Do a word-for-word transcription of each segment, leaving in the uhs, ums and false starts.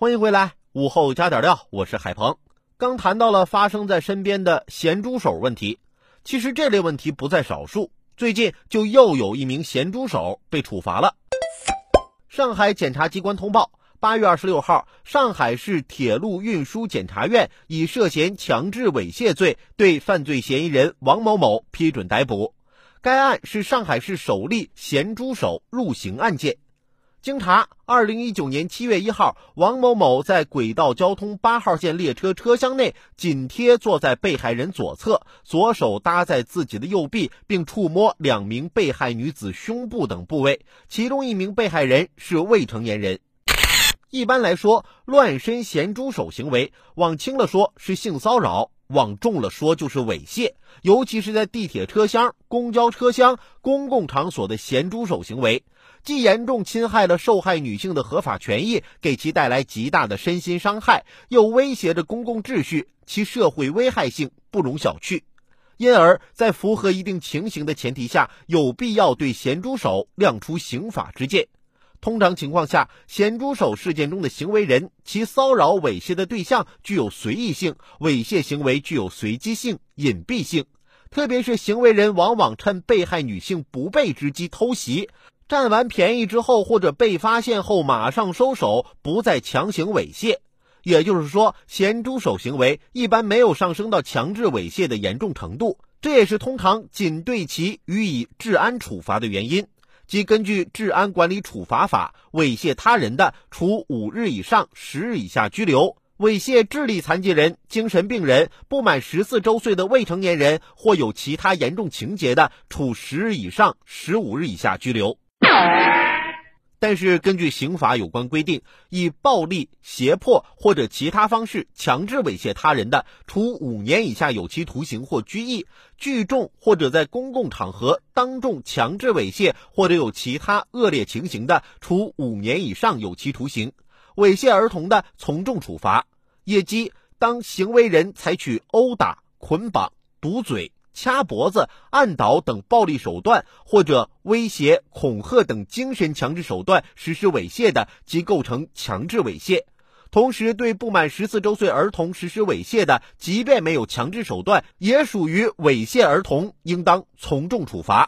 欢迎回来，午后加点料，我是海鹏。刚谈到了发生在身边的咸猪手问题，其实这类问题不在少数，最近就又有一名咸猪手被处罚了。上海检察机关通报，八月二十六号，上海市铁路运输检察院以涉嫌强制猥亵罪对犯罪嫌疑人王某某批准逮捕。该案是上海市首例咸猪手入刑案件。经查，二零一九年七月一号，王某某在轨道交通八号线列车车厢内紧贴坐在被害人左侧，左手搭在自己的右臂，并触摸两名被害女子胸部等部位，其中一名被害人是未成年人。一般来说，乱伸咸猪手行为，往轻了说是性骚扰，往重了说就是猥亵，尤其是在地铁车厢、公交车厢、公共场所的咸猪手行为，既严重侵害了受害女性的合法权益，给其带来极大的身心伤害，又威胁着公共秩序，其社会危害性不容小觑。因而在符合一定情形的前提下，有必要对咸猪手亮出刑法之剑。通常情况下，咸猪手事件中的行为人，其骚扰猥亵的对象具有随意性，猥亵行为具有随机性、隐蔽性，特别是行为人往往趁被害女性不备之机偷袭，占完便宜之后或者被发现后马上收手，不再强行猥亵。也就是说，咸猪手行为一般没有上升到强制猥亵的严重程度，这也是通常仅对其予以治安处罚的原因。即根据治安管理处罚法，猥亵他人的，处五日以上十日以下拘留；猥亵智力残疾人、精神病人、不满十四周岁的未成年人或有其他严重情节的，处十日以上十五日以下拘留。但是根据刑法有关规定，以暴力、胁迫或者其他方式强制猥亵他人的，处五年以下有期徒刑或拘役；聚众或者在公共场合当众强制猥亵或者有其他恶劣情形的，处五年以上有期徒刑；猥亵儿童的，从重处罚。业绩，当行为人采取殴打、捆绑、堵嘴、掐脖子、按倒等暴力手段，或者威胁、恐吓等精神强制手段实施猥亵的，即构成强制猥亵。同时，对不满十四周岁儿童实施猥亵的，即便没有强制手段，也属于猥亵儿童，应当从重处罚。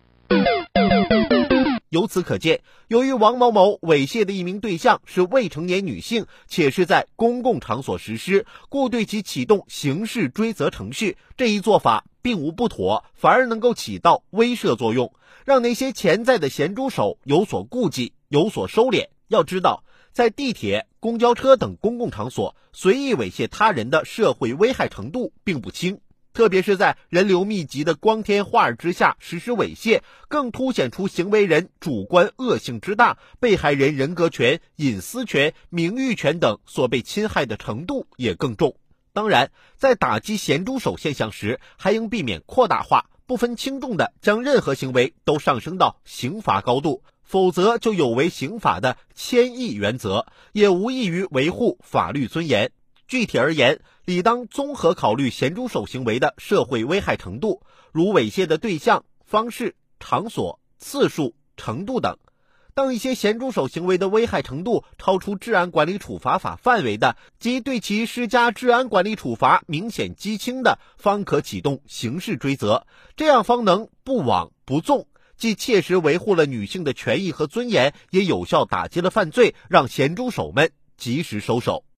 由此可见，由于王某某猥亵的一名对象是未成年女性，且是在公共场所实施，故对其启动刑事追责程序，这一做法并无不妥，反而能够起到威慑作用，让那些潜在的咸猪手有所顾忌，有所收敛。要知道，在地铁、公交车等公共场所随意猥亵他人的社会危害程度并不轻，特别是在人流密集的光天化日之下实施猥亵，更凸显出行为人主观恶性之大，被害人人格权、隐私权、名誉权等所被侵害的程度也更重。当然，在打击咸猪手现象时，还应避免扩大化，不分轻重的将任何行为都上升到刑罚高度，否则就有违刑法的谦抑原则，也无异于维护法律尊严。具体而言，理当综合考虑咸猪手行为的社会危害程度，如猥亵的对象、方式、场所、次数、程度等。当一些咸猪手行为的危害程度超出治安管理处罚法范围的，即对其施加治安管理处罚明显畸轻的，方可启动刑事追责，这样方能不枉不纵，既切实维护了女性的权益和尊严，也有效打击了犯罪，让咸猪手们及时收手。